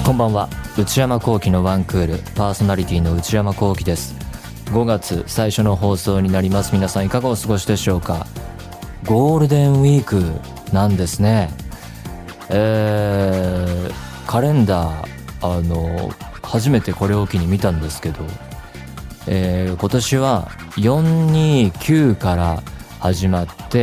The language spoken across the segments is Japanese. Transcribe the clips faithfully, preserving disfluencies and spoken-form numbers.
こんばんは。内山聖輝のワンクールパーソナリティの内山聖輝です。ごがつ最初の放送になります。皆さんいかがお過ごしでしょうか。ゴールデンウィークなんですね。えー、カレンダーあの初めてこれを機に見たんですけど、えー、今年はよんにきゅうから始まって、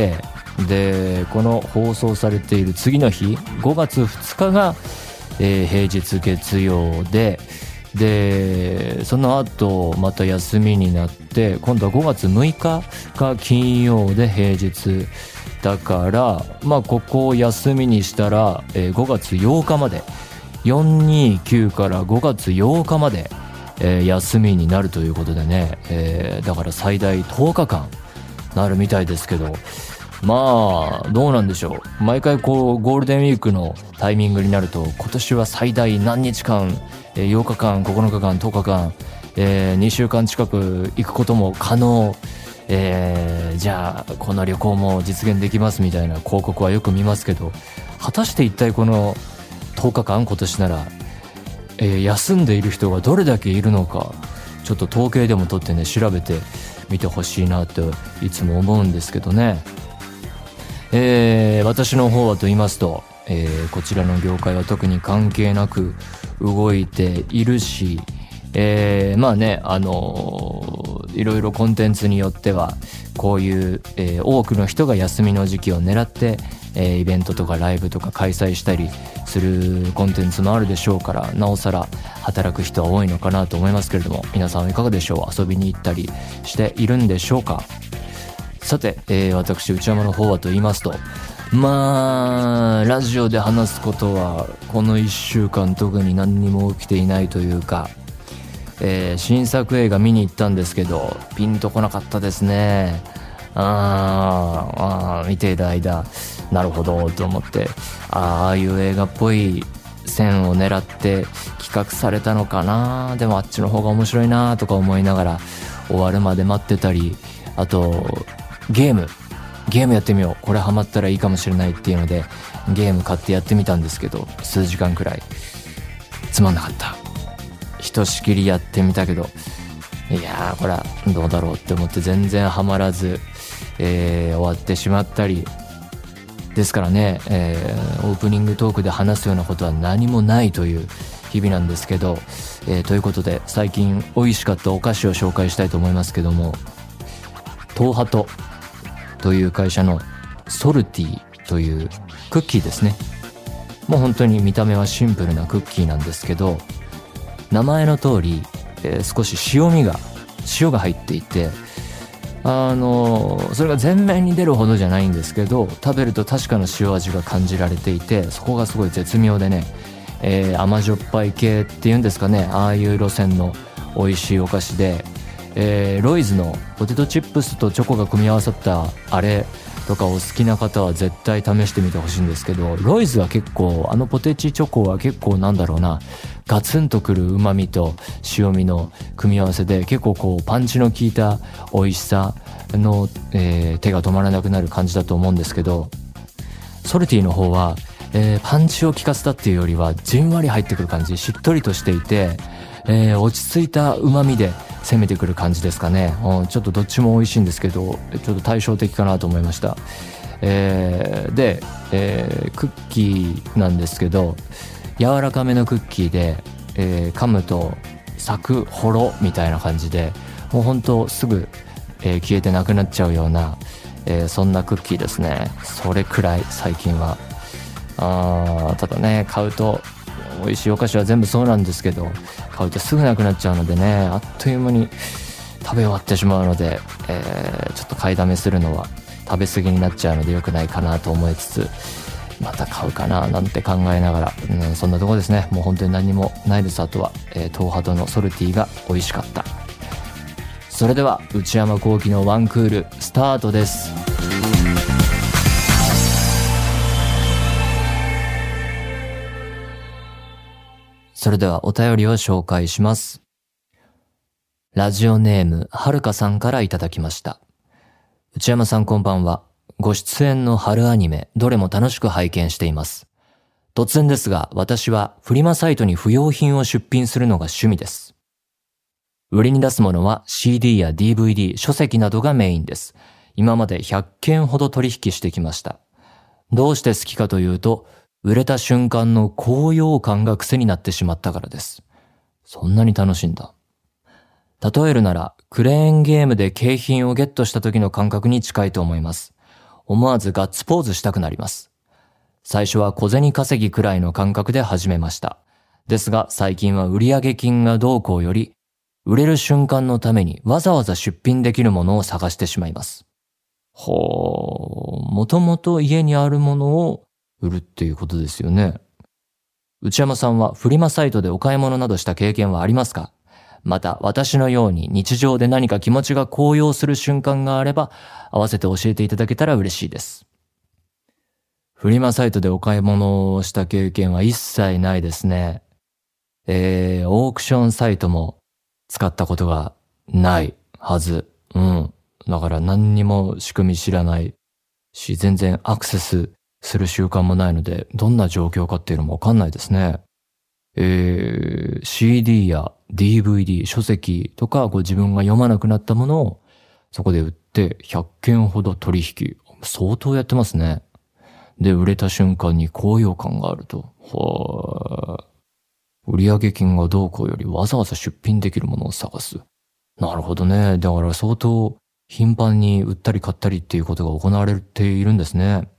でこの放送されている次の日ごがつふつかが、えー、平日月曜で、でその後また休みになって、今度はごがつむいかが金曜で平日だから、まあここを休みにしたら、えー、ごがつようかまでよんにきゅうからごがつようかまで、えー、休みになるということでね、えー、だから最大とおかかんなるみたいですけど、まあどうなんでしょう。毎回こうゴールデンウィークのタイミングになると、今年は最大何日間、えー、ようかかんここのかかんとおかかん、えー、にしゅうかん近く行くことも可能、えー、じゃあこの旅行も実現できますみたいな広告はよく見ますけど、果たして一体このとおかかん今年なら、えー、休んでいる人がどれだけいるのか、ちょっと統計でも取ってね調べてみてほしいなといつも思うんですけどね。えー、私の方はと言いますと、えー、こちらの業界は特に関係なく動いているし、えー、まあね、あのー、いろいろコンテンツによってはこういう、えー、多くの人が休みの時期を狙って、えー、イベントとかライブとか開催したりするコンテンツもあるでしょうから、なおさら働く人は多いのかなと思いますけれども、皆さんはいかがでしょう。遊びに行ったりしているんでしょうか。さて、えー、私内山の方はと言いますと、まあラジオで話すことはこのいっしゅうかん特に何にも起きていないというか、えー、新作映画見に行ったんですけどピンとこなかったですね。あーあー見ている間なるほどと思って、ああああいう映画っぽい線を狙って企画されたのかな、でもあっちの方が面白いなとか思いながら終わるまで待ってたり、あとゲームゲームやってみよう、これハマったらいいかもしれないっていうのでゲーム買ってやってみたんですけど、数時間くらいつまんなかった。ひとしきりやってみたけど、いやーこれはどうだろうって思って全然ハマらず、えー、終わってしまったりですからね、えー、オープニングトークで話すようなことは何もないという日々なんですけど、えー、ということで最近美味しかったお菓子を紹介したいと思いますけども、東ハトという会社のソルティというクッキーですね。もう本当に見た目はシンプルなクッキーなんですけど、名前の通り、えー、少し塩味が塩が入っていて、あのー、それが全面に出るほどじゃないんですけど、食べると確かな塩味が感じられていて、そこがすごい絶妙でね、えー、甘じょっぱい系っていうんですかね、ああいう路線の美味しいお菓子で、えー、ロイズのポテトチップスとチョコが組み合わさったあれとかお好きな方は絶対試してみてほしいんですけど、ロイズは結構あのポテチチョコは結構なんだろうな、ガツンとくる旨味と塩味の組み合わせで結構こうパンチの効いた美味しさの、えー、手が止まらなくなる感じだと思うんですけど、ソルティの方は、えー、パンチを効かせたっていうよりはじんわり入ってくる感じ、しっとりとしていて、えー、落ち着いた旨味で攻めてくる感じですかね。ちょっとどっちも美味しいんですけど、ちょっと対照的かなと思いました。えー、で、えー、クッキーなんですけど、柔らかめのクッキーで、えー、噛むとサクホロみたいな感じで、もうほんとすぐ、えー、消えてなくなっちゃうような、えー、そんなクッキーですね。それくらい最近は。あー、ただね、買うと美味しいお菓子は全部そうなんですけど、買うとすぐなくなっちゃうのでね、あっという間に食べ終わってしまうので、えー、ちょっと買いだめするのは食べ過ぎになっちゃうので良くないかなと思いつつ、また買うかななんて考えながら、うん、そんなとこですね。もう本当に何もないです。あとは、えー、東ハトのソルティが美味しかった。それでは内山聖輝のワンクールスタートです。それではお便りを紹介します。ラジオネームはるかさんからいただきました。内山さんこんばんは。ご出演の春アニメどれも楽しく拝見しています。 突然ですが、私はフリマサイトに不要品を出品するのが趣味です。売りに出すものは シーディー や ディーブイディー、書籍などがメインです。今までひゃっけんほど取引してきました。どうして好きかというと、売れた瞬間の高揚感が癖になってしまったからです。そんなに楽しいんだ。例えるなら、クレーンゲームで景品をゲットした時の感覚に近いと思います。思わずガッツポーズしたくなります。最初は小銭稼ぎくらいの感覚で始めました。ですが最近は売上金がどうこうより、売れる瞬間のためにわざわざ出品できるものを探してしまいます。ほー、もともと家にあるものを売るっていうことですよね。内山さんはフリマサイトでお買い物などした経験はありますか？また私のように日常で何か気持ちが高揚する瞬間があれば、合わせて教えていただけたら嬉しいです。フリマサイトでお買い物をした経験は一切ないですね。えー、オークションサイトも使ったことがないはず。うん。だから何にも仕組み知らないし、全然アクセスする習慣もないので、どんな状況かっていうのもわかんないですね。えー、シーディー や ディーブイディー、書籍とかこう自分が読まなくなったものをそこで売ってひゃっけんほど取引。相当やってますね。で、売れた瞬間に高揚感があると。はー。売上金がどうこうよりわざわざ出品できるものを探す。なるほどね。だから相当頻繁に売ったり買ったりっていうことが行われているんですね。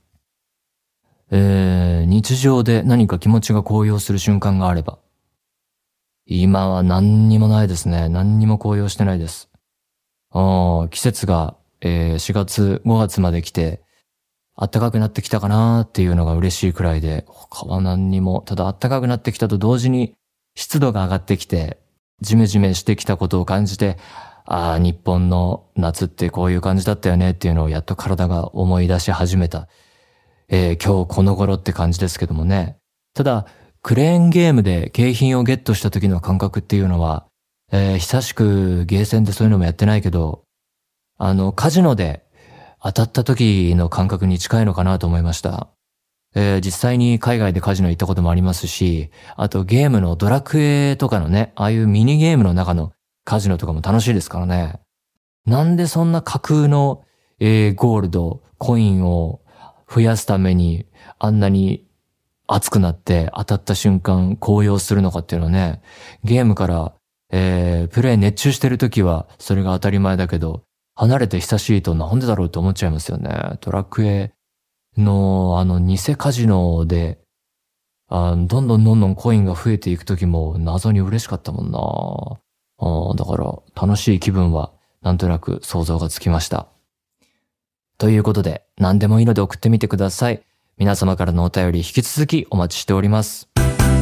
えー、日常で何か気持ちが高揚する瞬間があれば。今は何にもないですね。何にも高揚してないです。あー、季節が、えー、しがつ、ごがつまで来て、暖かくなってきたかなーっていうのが嬉しいくらいで、他は何にも、ただ暖かくなってきたと同時に湿度が上がってきて、ジメジメしてきたことを感じて、ああ、日本の夏ってこういう感じだったよねっていうのをやっと体が思い出し始めた。えー、今日この頃って感じですけどもね。ただ、クレーンゲームで景品をゲットした時の感覚っていうのは、えー、久しくゲーセンでそういうのもやってないけど、あの、カジノで当たった時の感覚に近いのかなと思いました。えー、実際に海外でカジノ行ったこともありますし、あとゲームのドラクエとかのね、ああいうミニゲームの中のカジノとかも楽しいですからね。なんでそんな架空の、えー、ゴールド、コインを増やすためにあんなに熱くなって当たった瞬間高揚するのかっていうのはね、ゲームから、えー、プレイ熱中してる時はそれが当たり前だけど、離れて久しいとなんでだろうと思っちゃいますよね。ドラクエのあの偽カジノであどんどんどんどんコインが増えていく時も謎に嬉しかったもんな。あだから楽しい気分はなんとなく想像がつきました。ということで何でもいいので送ってみてください。皆様からのお便り引き続きお待ちしております。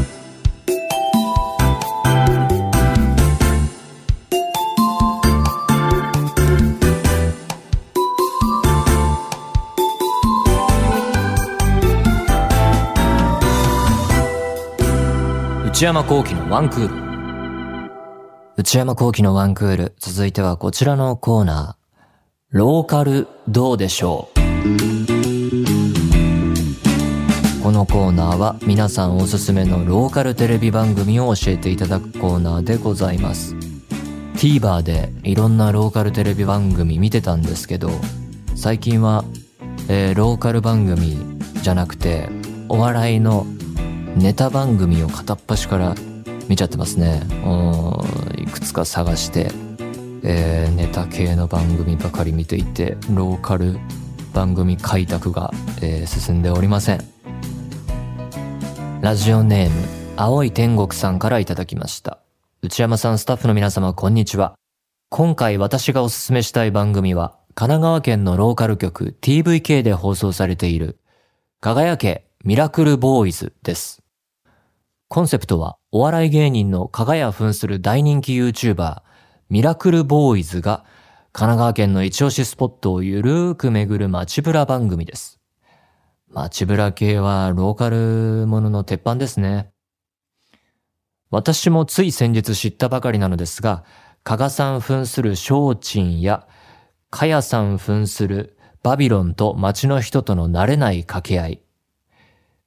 内山聖輝のワンクール。内山聖輝のワンクール。続いてはこちらのコーナー。ローカルどうでしょう。このコーナーは皆さんおすすめのローカルテレビ番組を教えていただくコーナーでございます。TVer でいろんなローカルテレビ番組見てたんですけど、最近は、えー、ローカル番組じゃなくてお笑いのネタ番組を片っ端から見ちゃってますね。うん、いくつか探して、えー、ネタ系の番組ばかり見ていて、ローカル番組開拓が、えー、進んでおりません。ラジオネーム青い天国さんからいただきました。内山さん、スタッフの皆様、こんにちは。今回私がおすすめしたい番組は神奈川県のローカル局 ティーブイケー で放送されている輝けミラクルボーイズです。コンセプトはお笑い芸人のかがや扮する大人気 YouTuber ミラクルボーイズが神奈川県の一押しスポットをゆるーく巡る街ブラ番組です。街ブラ系はローカルものの鉄板ですね。私もつい先日知ったばかりなのですが、加賀さん扮する翔珍やかやさん扮するバビロンと街の人との慣れない掛け合い。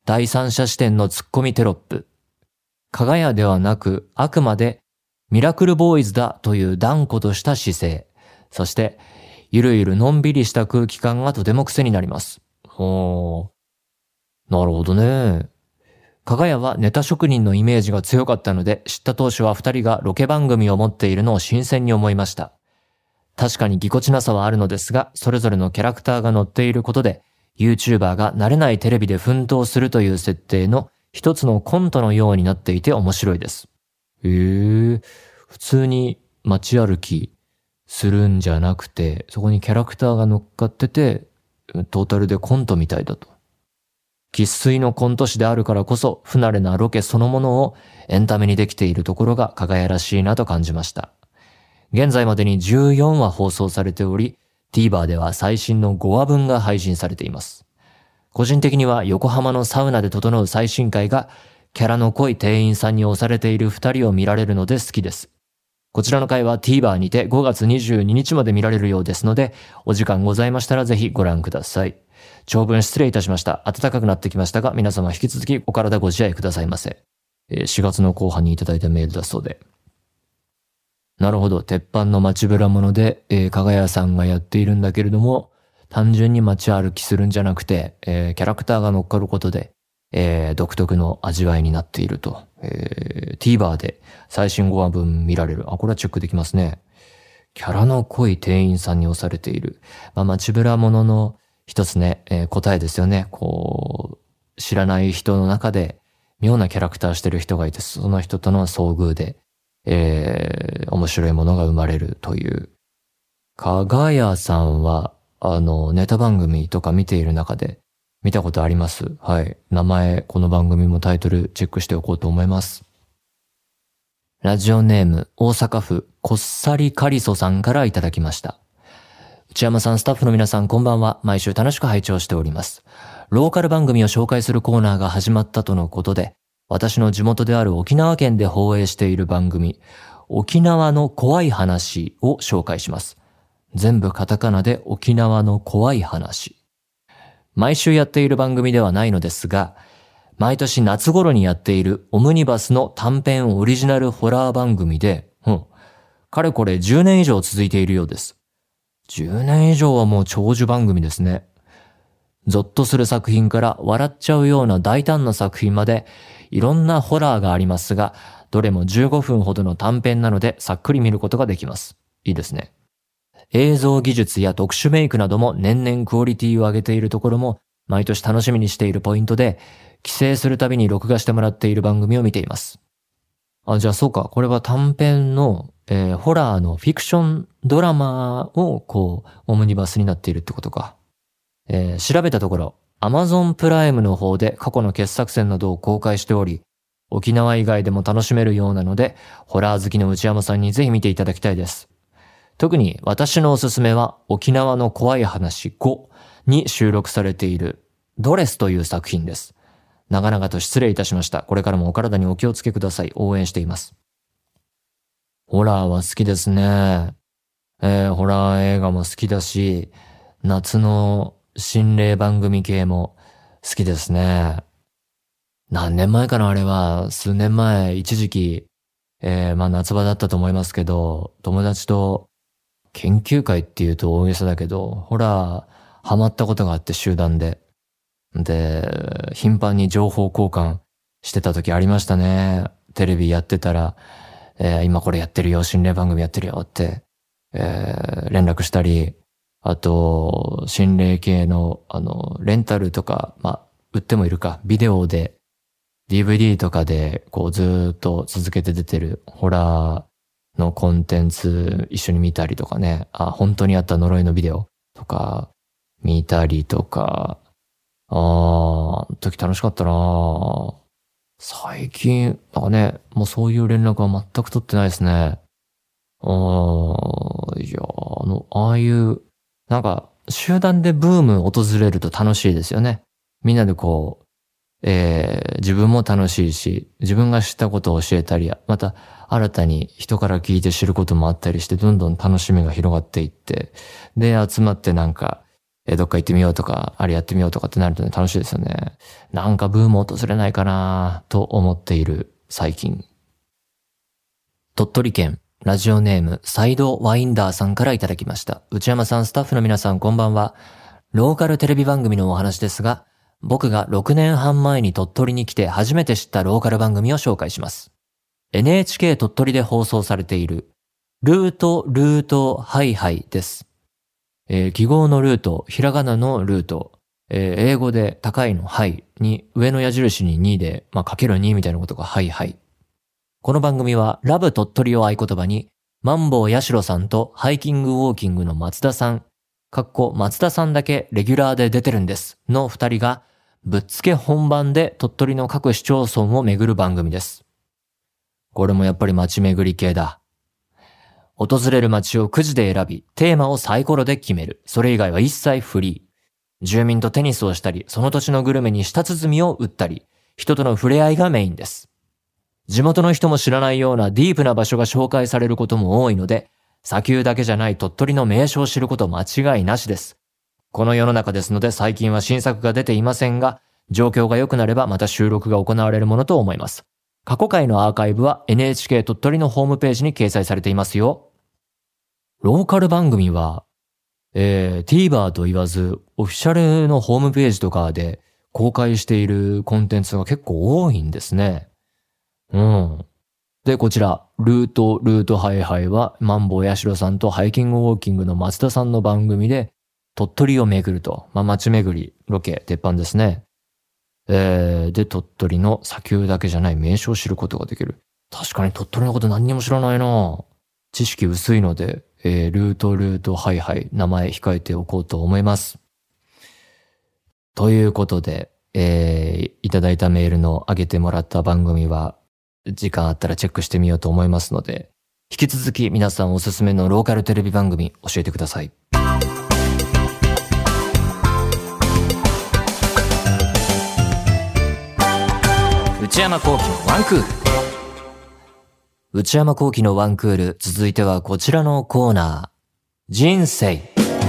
第三者視点のツッコミテロップ。かがやではなく、あくまでミラクルボーイズだという断固とした姿勢。そして、ゆるゆるのんびりした空気感がとても癖になります。ほー。なるほどね。かがやはネタ職人のイメージが強かったので、知った当初は二人がロケ番組を持っているのを新鮮に思いました。確かにぎこちなさはあるのですが、それぞれのキャラクターが乗っていることで、YouTuber が慣れないテレビで奮闘するという設定の一つのコントのようになっていて面白いです。へー、普通に街歩きするんじゃなくて、そこにキャラクターが乗っかってて、トータルでコントみたいだと。生粋のコント師であるからこそ、不慣れなロケそのものをエンタメにできているところがかがやらしいなと感じました。現在までにじゅうよんわ放送されており、TVer では最新のごわぶんが配信されています。個人的には横浜のサウナで整う最新回が、キャラの濃い店員さんに押されている二人を見られるので好きです。こちらの回は TVer にてごがつにじゅうににちまで見られるようですので、お時間ございましたらぜひご覧ください。長文失礼いたしました。暖かくなってきましたが、皆様引き続きお体ご自愛くださいませ。しがつの後半にいただいたメールだそうで。なるほど。鉄板の街ぶらもので、えー、かがやさんがやっているんだけれども、単純に街歩きするんじゃなくて、えー、キャラクターが乗っかることで、えー、独特の味わいになっていると。えー、TVer で最新ごわぶん見られる。あ、これはチェックできますね。キャラの濃い店員さんに押されている。まあ、街ぶらものの一つね、えー、答えですよね。こう、知らない人の中で妙なキャラクターしてる人がいて、その人との遭遇で、えー、面白いものが生まれるという。かがやさんは、あの、ネタ番組とか見ている中で見たことあります。はい。名前、この番組もタイトルチェックしておこうと思います。ラジオネーム、大阪府、こっさりかりそさんからいただきました。内山さん、スタッフの皆さん、こんばんは。毎週楽しく拝聴しております。ローカル番組を紹介するコーナーが始まったとのことで、私の地元である沖縄県で放映している番組、沖縄の怖い話を紹介します。全部カタカナで沖縄の怖い話。毎週やっている番組ではないのですが、毎年夏頃にやっているオムニバスの短編オリジナルホラー番組で、うん、かれこれじゅうねん以上続いているようです。じゅうねん以上はもう長寿番組ですね。ゾッとする作品から笑っちゃうような大胆な作品まで、いろんなホラーがありますが、どれもじゅうごふんほどの短編なのでさっくり見ることができます。いいですね。映像技術や特殊メイクなども年々クオリティを上げているところも毎年楽しみにしているポイントで、帰省するたびに録画してもらっている番組を見ています。あ、じゃあそうか。これは短編の、えー、ホラーのフィクションドラマをこう、オムニバスになっているってことか。えー、調べたところ、Amazon プライムの方で過去の傑作選などを公開しており、沖縄以外でも楽しめるようなので、ホラー好きの内山さんにぜひ見ていただきたいです。特に私のおすすめは、沖縄の怖い話ごに収録されているドレスという作品です。長々と失礼いたしました。これからもお体にお気をつけください。応援しています。ホラーは好きですね。えー、ホラー映画も好きだし、夏の心霊番組系も好きですね。何年前かなあれは、数年前、一時期、えー、まあ夏場だったと思いますけど、友達と研究会っていうと大げさだけど、ホラーハマったことがあって集団で。で、頻繁に情報交換してた時ありましたね。テレビやってたら、えー、今これやってるよ、心霊番組やってるよって、えー、連絡したり、あと、心霊系の、あの、レンタルとか、まあ、売ってもいるか、ビデオで、ディーブイディー とかで、こうずーっと続けて出てるホラーのコンテンツ一緒に見たりとかね、あ、本当にあった呪いのビデオとか見たりとか、あー、時楽しかったな。最近、なんかね、もうそういう連絡は全く取ってないですね。あー、いや、あの、ああいう、なんか、集団でブーム訪れると楽しいですよね。みんなでこう、えー、自分も楽しいし、自分が知ったことを教えたり、また新たに人から聞いて知ることもあったりして、どんどん楽しみが広がっていって、で、集まってなんか、 えー、どっか行ってみようとか、あれやってみようとかってなるとね、楽しいですよね。なんかブーム訪れないかなと思っている最近。鳥取県、ラジオネーム、サイドワインダーさんからいただきました。内山さん、スタッフの皆さん、こんばんは。ローカルテレビ番組のお話ですが、僕がろくねんはん前に鳥取に来て初めて知ったローカル番組を紹介します。エヌエイチケー 鳥取で放送されている、ルートルートハイハイです。えー、記号のルート、ひらがなのルート、えー、英語で高いのハイに、上の矢印ににで、まあ、かけるにみたいなことがハイハイ。この番組は、ラブ鳥取を合言葉に、マンボウヤシロさんとハイキングウォーキングの松田さん、かっこ松田さんだけレギュラーで出てるんですの二人が、ぶっつけ本番で鳥取の各市町村を巡る番組です。これもやっぱり街巡り系だ。訪れる街をくじで選び、テーマをサイコロで決める。それ以外は一切フリー。住民とテニスをしたり、その土地のグルメに舌鼓を打ったり、人との触れ合いがメインです。地元の人も知らないようなディープな場所が紹介されることも多いので、砂丘だけじゃない鳥取の名所を知ること間違いなしです。この世の中ですので最近は新作が出ていませんが、状況が良くなればまた収録が行われるものと思います。過去回のアーカイブは エヌエイチケー 鳥取のホームページに掲載されていますよ。ローカル番組は、えー、TVer と言わず、オフィシャルのホームページとかで公開しているコンテンツが結構多いんですね。うん。で、こちら、ルート、ルートハイハイは、マンボウヤシロさんとハイキングウォーキングの松田さんの番組で、鳥取を巡ると。まあ、街巡り、ロケ、鉄板ですね。えー、で、鳥取の砂丘だけじゃない名所を知ることができる。確かに鳥取のこと何にも知らないな。知識薄いので、えー、ルート、ルートハイハイ、名前控えておこうと思います。ということで、えー、いただいたメールの上げてもらった番組は、時間あったらチェックしてみようと思いますので、引き続き皆さんおすすめのローカルテレビ番組教えてください。内山聖輝のワンクール。内山聖輝のワンクール、続いてはこちらのコーナー。人生。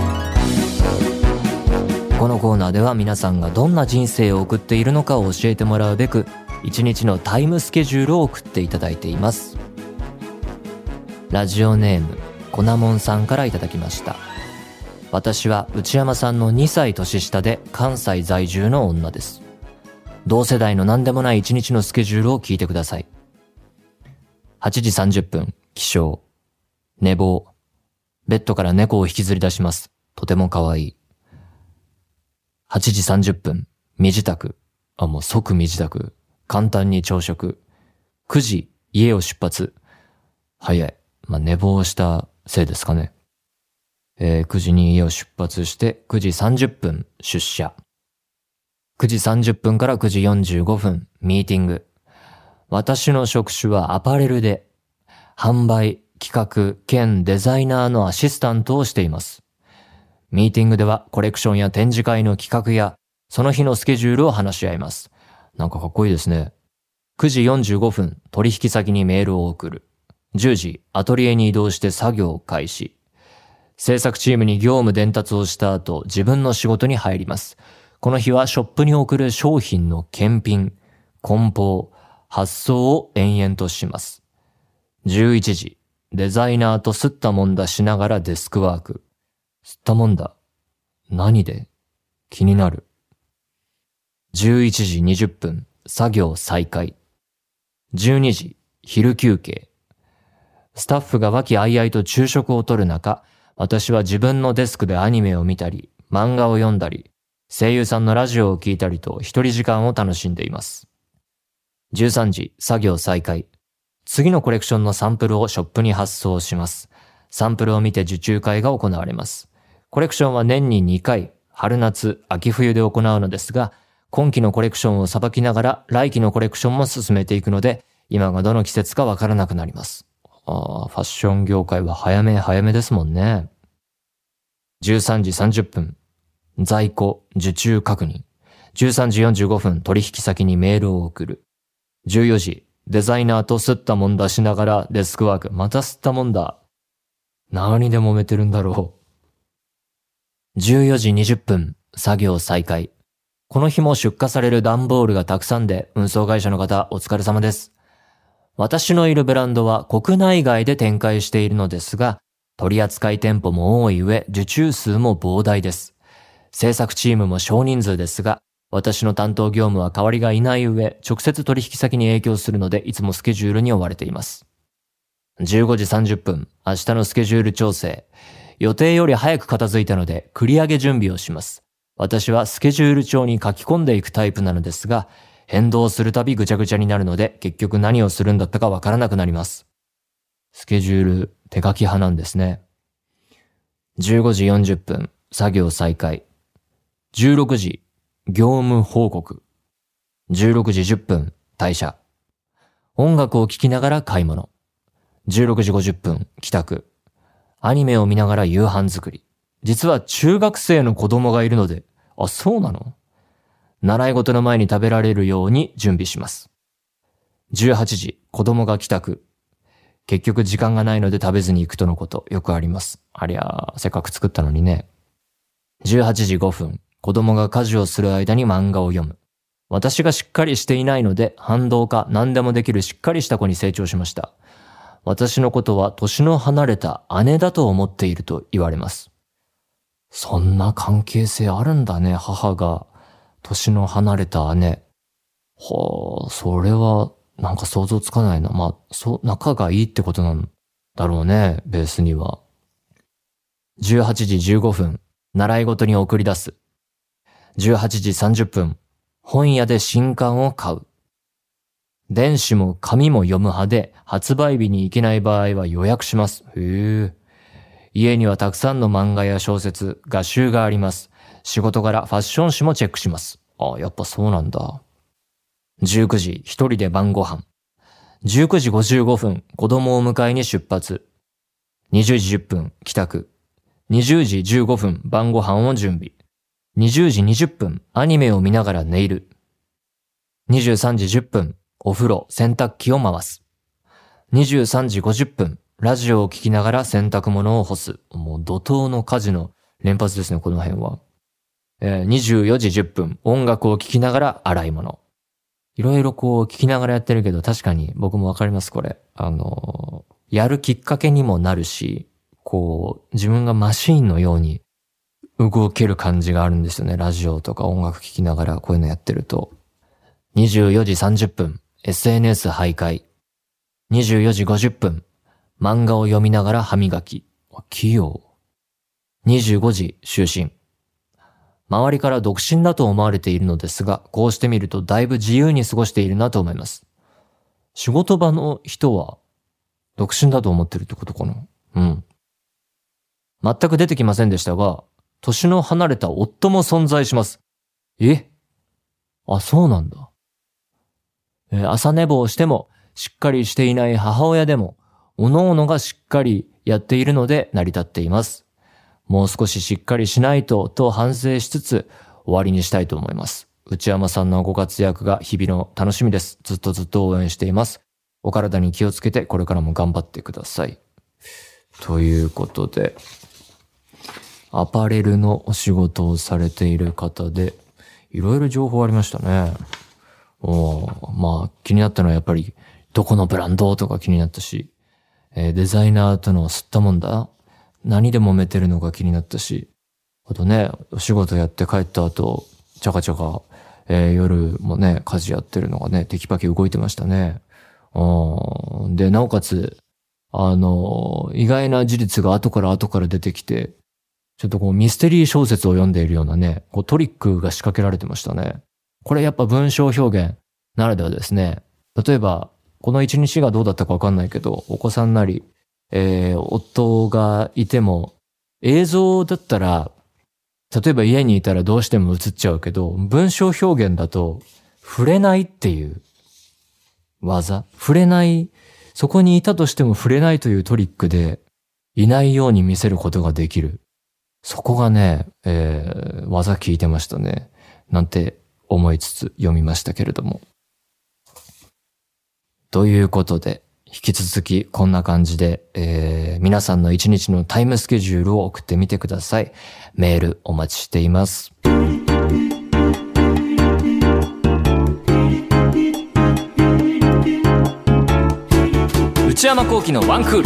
このコーナーでは皆さんがどんな人生を送っているのかを教えてもらうべく、一日のタイムスケジュールを送っていただいています。ラジオネームコナモンさんからいただきました。私は内山さんのにさい年下で関西在住の女です。同世代の何でもない一日のスケジュールを聞いてください。はちじさんじゅっぷん起床、寝坊、ベッドから猫を引きずり出します。とても可愛い。はちじさんじゅっぷん身支度、あもう即身支度。簡単に朝食。くじ、家を出発。早い。まあ、寝坊したせいですかね。えー、くじに家を出発して、くじさんじゅっぷん出社。くじさんじゅっぷんからくじよんじゅうごふんミーティング。私の職種はアパレルで、販売、企画、兼デザイナーのアシスタントをしています。ミーティングではコレクションや展示会の企画や、その日のスケジュールを話し合います。なんかかっこいいですね。くじよんじゅうごふん、取引先にメールを送る。じゅうじ、アトリエに移動して作業を開始。制作チームに業務伝達をした後、自分の仕事に入ります。この日はショップに送る商品の検品、梱包、発送を延々とします。じゅういちじ、デザイナーとすったもんだしながらデスクワーク。すったもんだ。何で？気になる。じゅういちじにじゅっぷん、作業再開。じゅうにじ、昼休憩。スタッフが和気あいあいと昼食をとる中、私は自分のデスクでアニメを見たり、漫画を読んだり、声優さんのラジオを聞いたりと一人時間を楽しんでいます。じゅうさんじ、作業再開。次のコレクションのサンプルをショップに発送します。サンプルを見て受注会が行われます。コレクションは年ににかい、春夏、秋冬で行うのですが、今期のコレクションをさばきながら来期のコレクションも進めていくので、今がどの季節かわからなくなります。ああ、ファッション業界は早め早めですもんね。じゅうさんじさんじゅっぷん、在庫、受注確認。じゅうさんじよんじゅうごふん、取引先にメールを送る。じゅうよじ、デザイナーとすったもんだしながらデスクワーク。またすったもんだ。何で揉めてるんだろう。 じゅうよじにじゅっぷん、作業再開。この日も出荷される段ボールがたくさんで、運送会社の方お疲れ様です。私のいるブランドは国内外で展開しているのですが、取扱店舗も多い上、受注数も膨大です。制作チームも少人数ですが、私の担当業務は代わりがいない上、直接取引先に影響するので、いつもスケジュールに追われています。じゅうごじさんじゅっぷん、明日のスケジュール調整。予定より早く片付いたので、繰り上げ準備をします。私はスケジュール帳に書き込んでいくタイプなのですが、変動するたびぐちゃぐちゃになるので、結局何をするんだったかわからなくなります。スケジュール、手書き派なんですね。じゅうごじよんじゅっぷん、作業再開。じゅうろくじ、業務報告。じゅうろくじじゅっぷん、退社。音楽を聴きながら買い物。じゅうろくじごじゅっぷん、帰宅。アニメを見ながら夕飯作り。実は中学生の子供がいるので、あ、そうなの？習い事の前に食べられるように準備します。じゅうはちじ、子供が帰宅。結局時間がないので食べずに行くとのこと、よくあります。ありゃ、せっかく作ったのにね。じゅうはちじごふん、子供が家事をする間に漫画を読む。私がしっかりしていないので、反動か何でもできるしっかりした子に成長しました。私のことは年の離れた姉だと思っていると言われます。そんな関係性あるんだね、母が。年の離れた姉。はあ、それはなんか想像つかないな。まあ、そう、仲がいいってことなんだろうね、ベースには。じゅうはちじじゅうごふん、習い事に送り出す。じゅうはちじさんじゅっぷん、本屋で新刊を買う。電子も紙も読む派で、発売日に行けない場合は予約します。へえ。家にはたくさんの漫画や小説、画集があります。仕事柄ファッション誌もチェックします。あ、やっぱそうなんだ。じゅうくじ、一人で晩ご飯。じゅうくじごじゅうごふん、子供を迎えに出発。にじゅうじじゅっぷん、帰宅。にじゅうじじゅうごふん、晩ご飯を準備。にじゅうじにじゅっぷん、アニメを見ながらネイル。にじゅうさんじじゅっぷん、お風呂、洗濯機を回す。にじゅうさんじごじゅっぷん、ラジオを聞きながら洗濯物を干す。もう怒涛の家事の連発ですね、この辺は。えー、にじゅうよじじゅっぷん、音楽を聴きながら洗い物。いろいろこう聞きながらやってるけど、確かに僕もわかります、これ。あのー、やるきっかけにもなるし、こう、自分がマシーンのように動ける感じがあるんですよね。ラジオとか音楽聴きながらこういうのやってると。にじゅうよじさんじゅっぷん、エスエヌエス 徘徊。にじゅうよじごじゅっぷん、漫画を読みながら歯磨き。器用。にじゅうごじ、就寝。周りから独身だと思われているのですが、こうしてみるとだいぶ自由に過ごしているなと思います。仕事場の人は独身だと思ってるってことかな？うん。全く出てきませんでしたが、年の離れた夫も存在します。え？あ、そうなんだ。えー、朝寝坊しても、しっかりしていない母親でも、おのおのがしっかりやっているので成り立っています。もう少ししっかりしないと、と反省しつつ終わりにしたいと思います。内山さんのご活躍が日々の楽しみです。ずっとずっと応援しています。お体に気をつけてこれからも頑張ってください。ということで、アパレルのお仕事をされている方で、いろいろ情報ありましたね。おまあ気になったのはやっぱりどこのブランドとか気になったし、えー、デザイナーとの吸ったもんだ何で揉めてるのか気になったし、あとね、お仕事やって帰った後、ちゃかちゃか、えー、夜もね、家事やってるのがね、テキパキ動いてましたね。うん。で、なおかつ、あの、意外な事実が後から後から出てきて、ちょっとこうミステリー小説を読んでいるようなね、こうトリックが仕掛けられてましたね。これやっぱ文章表現ならではですね。例えば、この一日がどうだったかわかんないけど、お子さんなり、えー、夫がいても、映像だったら、例えば家にいたらどうしても映っちゃうけど、文章表現だと、触れないっていう技、触れない、そこにいたとしても触れないというトリックで、いないように見せることができる。そこがね、えー、技効いてましたね。なんて思いつつ読みましたけれども。ということで、 引き続きこんな感じで、えー、皆さんの一日のタイムスケジュールを送ってみてください。メールお待ちしています。内山聖輝のワンクール。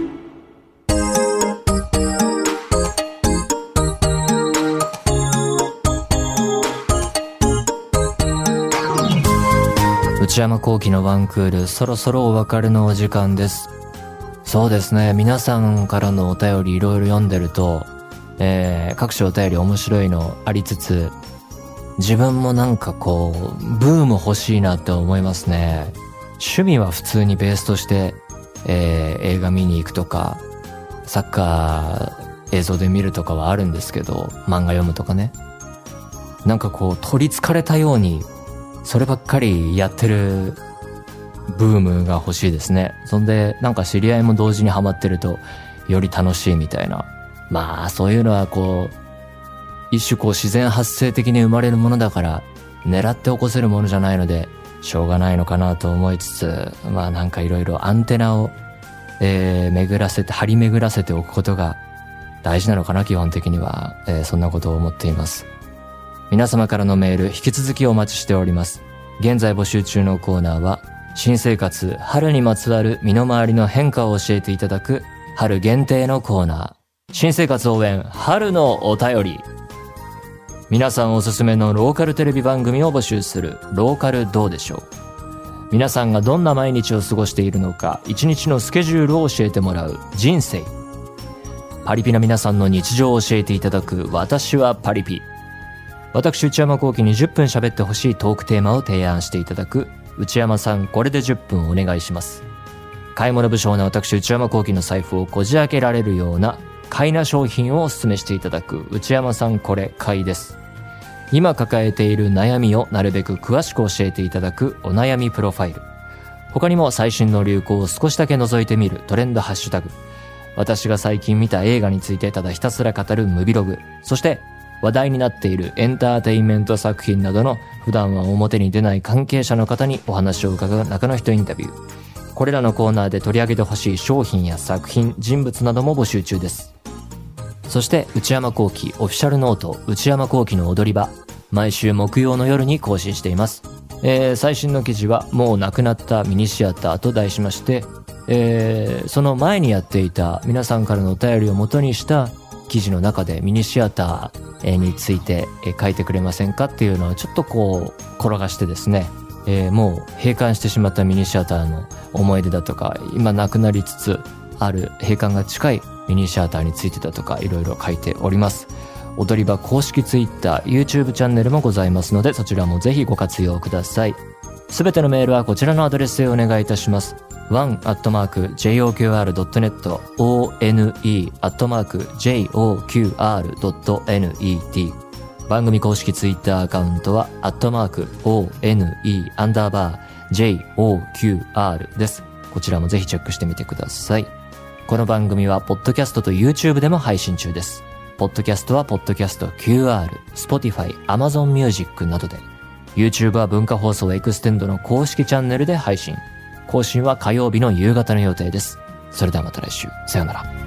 内山聖輝のワンクール、そろそろお別れのお時間です。そうですね、皆さんからのお便りいろいろ読んでると、えー、各種お便り面白いのありつつ、自分もなんかこうブーム欲しいなって思いますね。趣味は普通にベースとして、えー、映画見に行くとかサッカー映像で見るとかはあるんですけど、漫画読むとかね、なんかこう取り憑かれたようにそればっかりやってるブームが欲しいですね。そんでなんか知り合いも同時にハマってるとより楽しいみたいな、まあそういうのはこう一種こう自然発生的に生まれるものだから狙って起こせるものじゃないのでしょうがないのかなと思いつつ、まあなんかいろいろアンテナを、えー、巡らせて張り巡らせておくことが大事なのかな、基本的には、えー、そんなことを思っています。皆様からのメール引き続きお待ちしております。現在募集中のコーナーは新生活春にまつわる身の回りの変化を教えていただく春限定のコーナー、新生活応援春のお便り。皆さんおすすめのローカルテレビ番組を募集するローカルどうでしょう。皆さんがどんな毎日を過ごしているのか一日のスケジュールを教えてもらう人生。パリピな皆さんの日常を教えていただく私はパリピ。私内山聖輝にじゅっぷん喋ってほしいトークテーマを提案していただく内山さんこれでじゅっぷんお願いします。買い物不詳な私内山聖輝の財布をこじ開けられるような買いな商品をお勧めしていただく内山さんこれ買いです。今抱えている悩みをなるべく詳しく教えていただくお悩みプロファイル。他にも最新の流行を少しだけ覗いてみるトレンドハッシュタグ。私が最近見た映画についてただひたすら語るムビログ。そして話題になっているエンターテインメント作品などの普段は表に出ない関係者の方にお話を伺う中の人インタビュー。これらのコーナーで取り上げてほしい商品や作品、人物なども募集中です。そして内山聖輝オフィシャルノート内山聖輝の踊り場、毎週木曜の夜に更新しています。えー、最新の記事はもうなくなったミニシアターと題しまして、えー、その前にやっていた皆さんからのお便りを元にした記事の中でミニシアターについて書いてくれませんかっていうのをちょっとこう転がしてですね、えー、もう閉館してしまったミニシアターの思い出だとか、今なくなりつつある閉館が近いミニシアターについてだとかいろいろ書いております。踊り場公式ツイッター、YouTube チャンネルもございますので、そちらもぜひご活用ください。すべてのメールはこちらのアドレスへお願いいたします。ワン アットマーク ジェイオーキューアール ドット ネット オーエヌイー アットマーク ジェイオーキューアール ドット ネット 番組公式ツイッターアカウントはアットマーク オーエヌイー アンダーバー ジェイオーキューアール です。こちらもぜひチェックしてみてください。この番組はポッドキャストと YouTube でも配信中です。ポッドキャストはポッドキャスト キューアール、Spotify、Amazon Music などで、YouTube は文化放送エクステンドの公式チャンネルで配信。更新は火曜日の夕方の予定です。それではまた来週。さようなら。